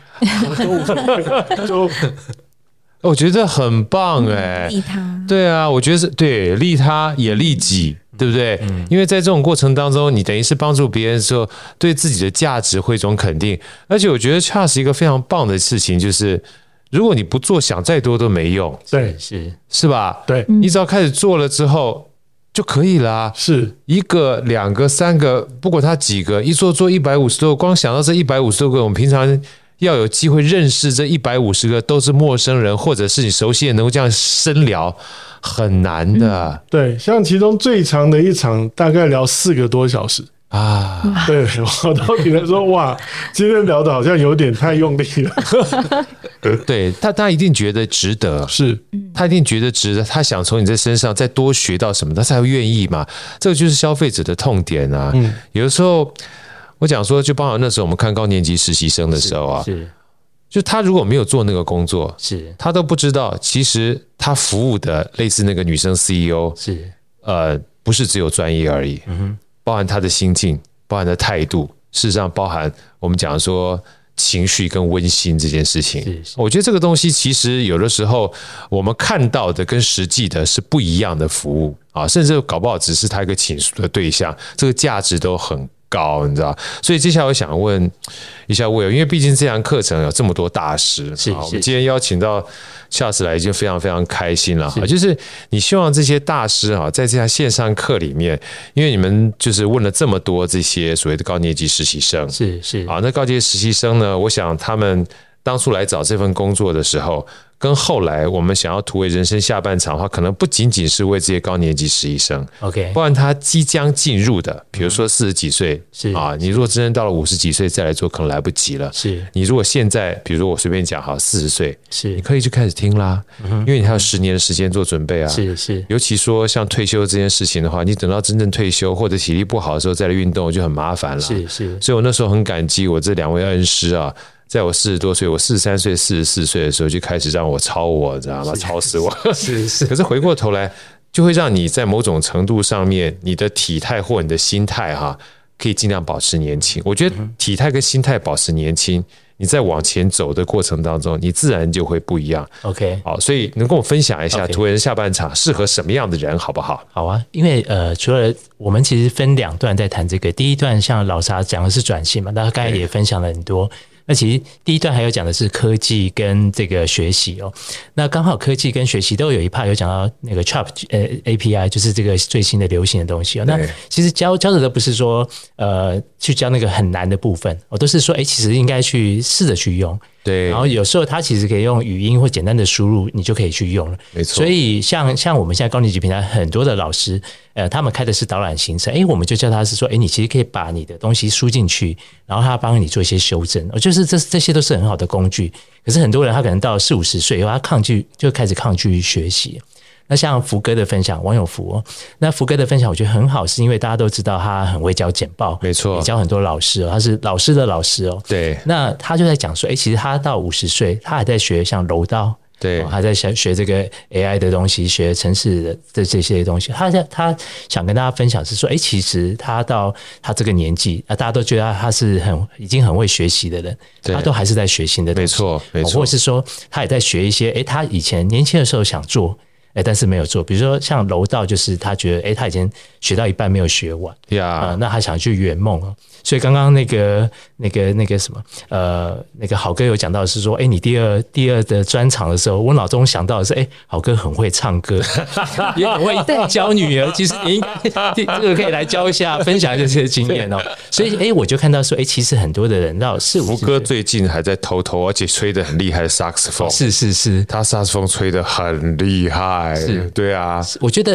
我觉得很棒利他， 对啊，我觉得是对，利他也利己。对不对？因为在这种过程当中，你等于是帮助别人的时候，对自己的价值会一种肯定。而且我觉得Charles一个非常棒的事情就是，如果你不做，想再多都没用。 对， 是吧？ 对， 你只要开始做了之后就可以啦。 是 1个、2个、3个，不管他几个，一做150多个，光想到这150多个，我们平常要有机会认识这150个都是陌生人，或者是你熟悉的，能够这样深聊。很难的， 对，像其中最长的一场大概聊4个多小时啊， 对，我都觉得说哇，今天聊的好像有点太用力了。 对他一定觉得值得， 是他一定觉得值得，他想从你这身上再多学到什么，他才会愿意嘛。这个就是消费者的痛点啊。有的时候我讲说，就包括那时候我们看高年级实习生的时候啊。就他如果没有做那个工作，他都不知道，其实他服务的类似那个女生 CEO， 不是只有专业而已，包含他的心境，包含他的态度，事实上包含我们讲说情绪跟温馨这件事情。我觉得这个东西其实有的时候我们看到的跟实际的是不一样的服务啊，甚至搞不好只是他一个倾诉的对象，这个价值都很高，你知道？所以接下来我想问一下Will，因为毕竟这堂课程有这么多大师，我们今天邀请到Charles来已经非常非常开心了。就是你希望这些大师在这堂线上课里面，因为你们就是问了这么多这些所谓的高年级实习生，那高级实习生呢，我想他们当初来找这份工作的时候，跟后来我们想要突围人生下半场的话，可能不仅仅是为这些高年级实习生 ，OK， 不然他即将进入的，比如说40几岁，你如果真正到了50几岁再来做，可能来不及了。你如果现在，比如说我随便讲，好40岁，你可以就开始听啦，因为你还有10年的时间做准备啊。尤其说像退休这件事情的话，你等到真正退休或者体力不好的时候再来运动就很麻烦了。所以我那时候很感激我这2位恩师啊。在我40多岁，我43岁、44岁的时候就开始让我超我，知道吗？超死我。可是回过头来，就会让你在某种程度上面，你的体态或你的心态可以尽量保持年轻。我觉得体态跟心态保持年轻，你在往前走的过程当中，你自然就会不一样。 OK， 好，所以能跟我分享一下突围人下半场适合什么样的人，好不好？ 好啊，因为除了我们其实分2段在谈这个，第一段像老沙讲的是转型嘛，大家刚才也分享了很多。那其实第一段还有讲的是科技跟这个学习哦，那刚好科技跟学习都有一 part 有讲到那个 Chat API， 就是这个最新的流行的东西哦。那其实教的都不是说去教那个很难的部分，我都是说其实应该去试着去用。 对， 然后有时候它其实可以用语音或简单的输入，你就可以去用了。 没错。 所以像我们现在高年级平台很多的老师，他们开的是导览行程，我们就叫他是说，你其实可以把你的东西输进去，然后他帮你做一些修正。就是这些都是很好的工具。可是很多人他可能到40-50岁以后，他开始抗拒学习。那像福哥的分享，王永福那福哥的分享我觉得很好，是因为大家都知道他很会教简报， 没错， 也教很多老师他是老师的老师对。 那他就在讲说，其实他到50岁，他还在学像柔道， 对， 还在学这个 AI 的东西，学程式的这些东西。他想跟大家分享是说，其实他到他这个年纪，大家都觉得他是已经很会学习的人，他都还是在学新的东西， 没错，没错， 或者是说他也在学一些，他以前年轻的时候想做。但是没有做，比如说像柔道，就是他觉得他已经学到一半没有学完，那他想去圆梦所以刚刚那个什么那个好哥有讲到是说，你第二的专场的时候，我脑中想到的是，好哥很会唱歌，也很会教女儿。其实你应该这个可以来教一下，分享这些经验所以我就看到说，其实很多的人到40-50岁， 福哥最近还在偷，而且吹得很厉害的萨克斯风， 是， 他萨克斯风吹得很厉害。 是， 对啊， 我觉得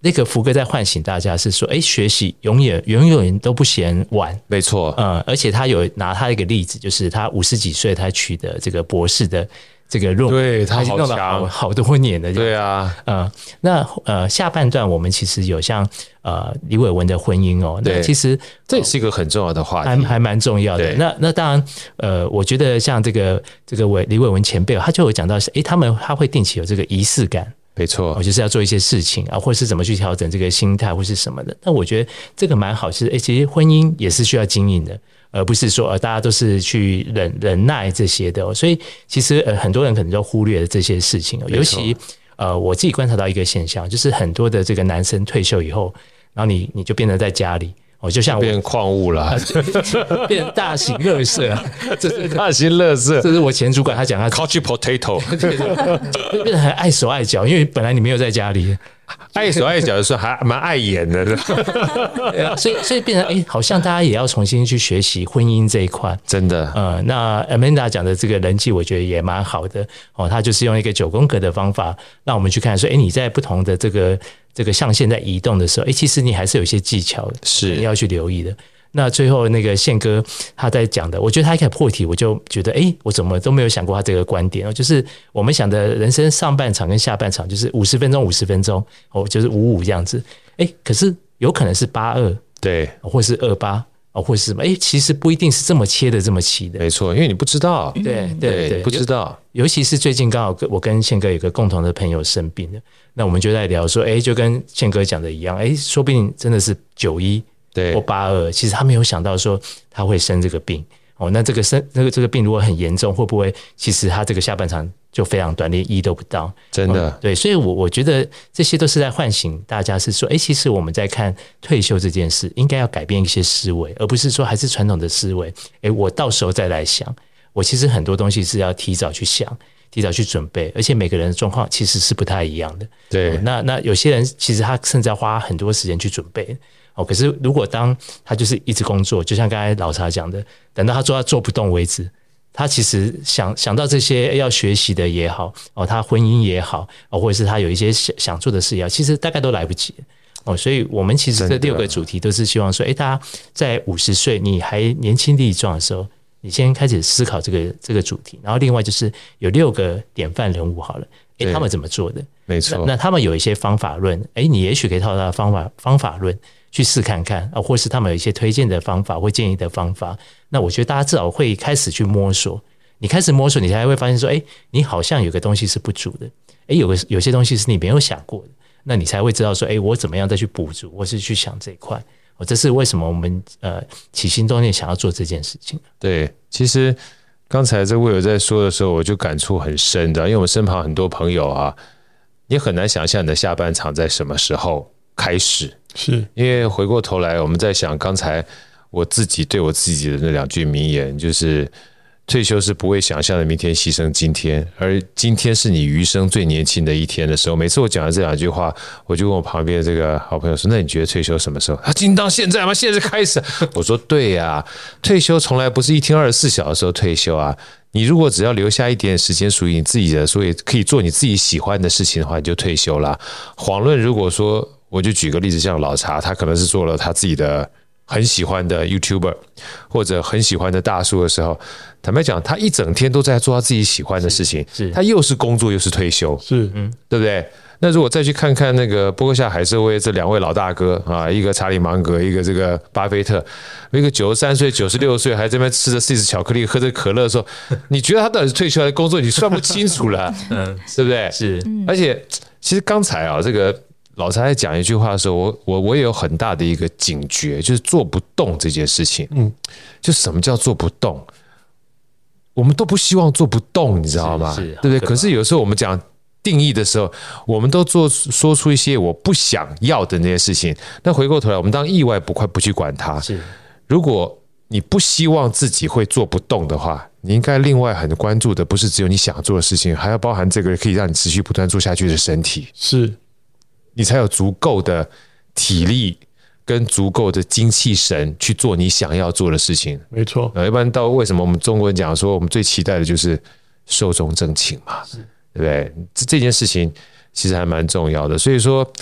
那个福哥在唤醒大家是说，学习永远都不嫌晚， 没错， 而且他有拿他一个例子，就是他50几岁他取得这个博士的这个论文， 对他好强， 好多年了， 对啊， 那下半段我们其实有像李伟文的婚姻那其实这也是一个很重要的话题， 还蛮重要的。那当然我觉得像这个李伟文前辈他就有讲到是他会定期有这个仪式感。 没错， 就是要做一些事情啊，或是怎么去调整这个心态，或是什么的。但我觉得这个蛮好，是其实婚姻也是需要经营的，而不是说大家都是去忍耐这些的。所以其实很多人可能都忽略了这些事情，尤其我自己观察到一个现象，就是很多的这个男生退休以后，然后你就变成在家里。就像变矿物了， 变大型垃圾啊！ 这是大型垃圾， 这是我前主管他讲他 couch potato， 就变得很碍手碍脚，因为本来你没有在家里， 碍手碍脚的时候还蛮碍眼的， 所以变成好像大家也要重新去学习婚姻这一块， 真的。 那 Amanda 讲的这个人际，我觉得也蛮好的他就是用一个9宫格的方法，让我们去看说，你在不同的这个象限在移动的时候，其实你还是有一些技巧是要去留意的。那最后那个宪哥他在讲的，我觉得他一开始破题，我就觉得我怎么都没有想过他这个观点，就是我们想的人生上半场跟下半场就是50分钟就是55这样子，可是有可能是82， 对， 或是28。或是什么？其实不一定是这么切的这么齐的， 没错，因为你不知道， 对， 不知道。 尤其是最近刚好我跟宪哥有个共同的朋友生病了，那我们就在聊说，就跟宪哥讲的一样，说不定真的是91或82，其实他没有想到说他会生这个病。那这个病如果很严重，会不会其实他这个下半场就非常短，连1都不到？ 真的， 对，所以我觉得这些都是在唤醒大家，是说，其实我们在看退休这件事，应该要改变一些思维，而不是说还是传统的思维。我到时候再来想，我其实很多东西是要提早去想，提早去准备，而且每个人的状况其实是不太一样的。 对， 那有些人其实他甚至要花很多时间去准备。可是如果当他就是一直工作，就像刚才老查讲的，等到他做不动为止，他其实想到这些要学习的也好，他婚姻也好，或者是他有一些想做的事也好，其实大概都来不及。所以我们其实这6个主题都是希望说，大家在50岁你还年轻力壮的时候，你先开始思考这个主题，然后另外就是有6个典范人物好了，他们怎么做的？ 没错， 那他们有一些方法论，你也许可以套他的方法论去试看看，或是他们有一些推荐的方法或建议的方法。那我觉得大家至少会开始去摸索，你开始摸索，你才会发现说，你好像有个东西是不足的，有些东西是你没有想过的，那你才会知道说，我怎么样再去补足，或是去想这一块。这是为什么我们起心动念想要做这件事情。 对，其实刚才这位友在说的时候，我就感触很深的，因为我们身旁很多朋友啊，也很难想象你的下半场在什么时候开始。 是因为回过头来，我们在想刚才我自己对我自己的那2句名言，就是退休是不会想象的明天牺牲今天，而今天是你余生最年轻的一天的时候。每次我讲的这2句话，我就问我旁边的这个好朋友说，那你觉得退休什么时候？他今当现在吗？现在就开始？我说对呀，退休从来不是1天24小时的时候退休啊。你如果只要留下一点时间属于你自己的，所以可以做你自己喜欢的事情的话，你就退休啦。遑论如果说，我就举个例子，像老查，他可能是做了他自己的很喜欢的 YouTuber 或者很喜欢的大叔的时候，坦白讲，他一整天都在做他自己喜欢的事情，他又是工作又是退休， 是， 对不对？那如果再去看看那个波克夏海瑟威这2位老大哥啊，一个查理芒格，一个这个巴菲特，一个93岁、96岁还在那边吃着 Sis 巧克力、喝着可乐的时候，你觉得他到底是退休还是工作？你算不清楚了，对不对？ 是， 而且其实刚才啊，这个老查在讲一句话的时候，我也有很大的一个警觉，就是做不动这件事情。就什么叫做不动？我们都不希望做不动，你知道吗？对不对？可是有时候我们讲定义的时候，我们都说出一些我不想要的那些事情。那回过头来，我们当意外不去管它。如果你不希望自己会做不动的话，你应该另外很关注的不是只有你想做的事情，还要包含这个可以让你持续不断做下去的身体。 是。 你才有足够的体力跟足够的精气神去做你想要做的事情。 没错， 一般到为什么我们中国人讲说我们最期待的就是寿终正寝嘛，对不对？这件事情其实还蛮重要的。所以说，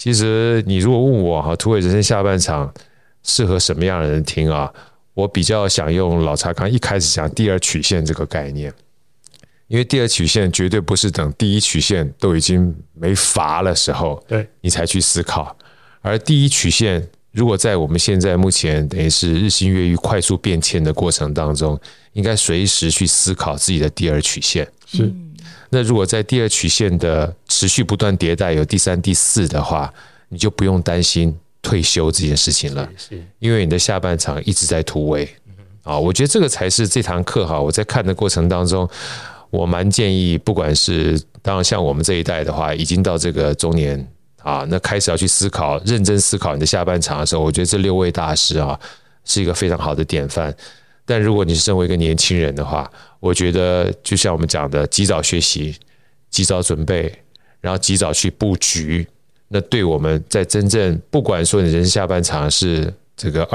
其实你如果问我哈，突围人生下半场适合什么样的人听啊？我比较想用老查康一开始讲第二曲线这个概念，因为第二曲线绝对不是等第一曲线都已经没法的时候，对你才去思考，而第一曲线如果在我们现在目前等于是日新月异、快速变迁的过程当中，应该随时去思考自己的第二曲线。 是， 那如果在第二曲线的持续不断迭代有第三、第四的话，你就不用担心退休这件事情了，因为你的下半场一直在突围。我觉得这个才是这堂课哈，我在看的过程当中，我蛮建议，不管是当然像我们这一代的话，已经到这个中年那开始要去思考、认真思考你的下半场的时候，我觉得这6位大师是一个非常好的典范。但如果你是身为一个年轻人的话，我觉得就像我们讲的，及早学习、及早准备，然后及早去布局，那对我们在真正不管说你人生下半场是这个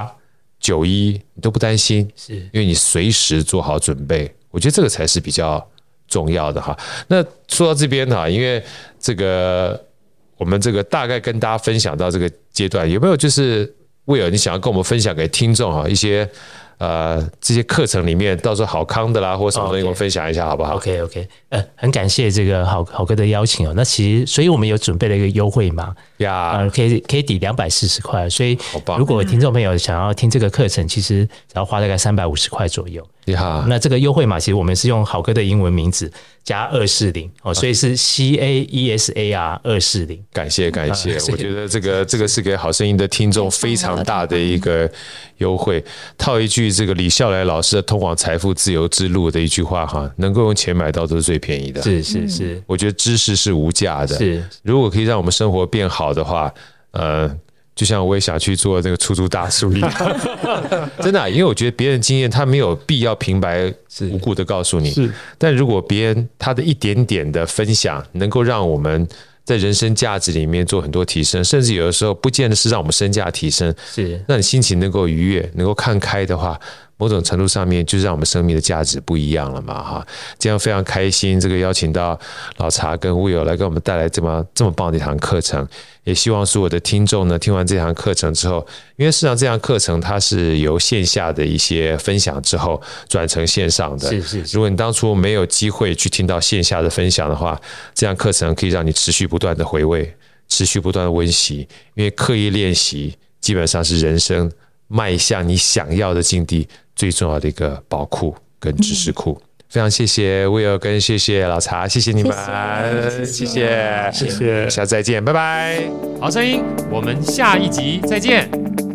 28、91，你都不担心，是因为你随时做好准备。我觉得这个才是比较重要的哈。那说到这边因为这个我们这个大概跟大家分享到这个阶段，有没有就是威尔你想要跟我们分享给听众一些这些课程里面到时候好康的啦或什么东西，跟我们分享一下好不好 ？OK， 很感谢这个好哥的邀请那其实，所以我们有准备了一个优惠码可以抵240块，所以如果听众朋友想要听这个课程，其实只要花大概350块左右。那这个优惠码其实我们是用好哥的英文名字加240所以是 CAESAR 240。 感谢，我觉得这个是给好声音的听众非常大的一个优惠。套一句这个李笑来老师的通往财富自由之路的一句话能够用钱买到都是最便宜的。 是， 我觉得知识是无价的。 是， 如果可以让我们生活变好的话，就像我也想去做那个出租大叔一样，真的因为我觉得别人经验他没有必要平白无故的告诉你，但如果别人他的一点点的分享能够让我们在人生价值里面做很多提升，甚至有的时候不见得是让我们身价提升，是让你心情能够愉悦、能够看开的话，某种程度上面就是让我们生命的价值不一样了嘛这样非常开心，这个邀请到老查跟Will来给我们带来这么棒的一堂课程，也希望所有的听众呢听完这堂课程之后，因为事实上这堂课程它是由线下的一些分享之后转成线上的，是如果你当初没有机会去听到线下的分享的话，这堂课程可以让你持续不断的回味，持续不断的温习，因为刻意练习基本上是人生迈向你想要的境地最重要的一个宝库跟知识库。非常谢谢 Will 跟谢谢老查，谢谢你们，谢谢， 谢谢， 下次再见，拜拜。 好声音，我们下一集再见。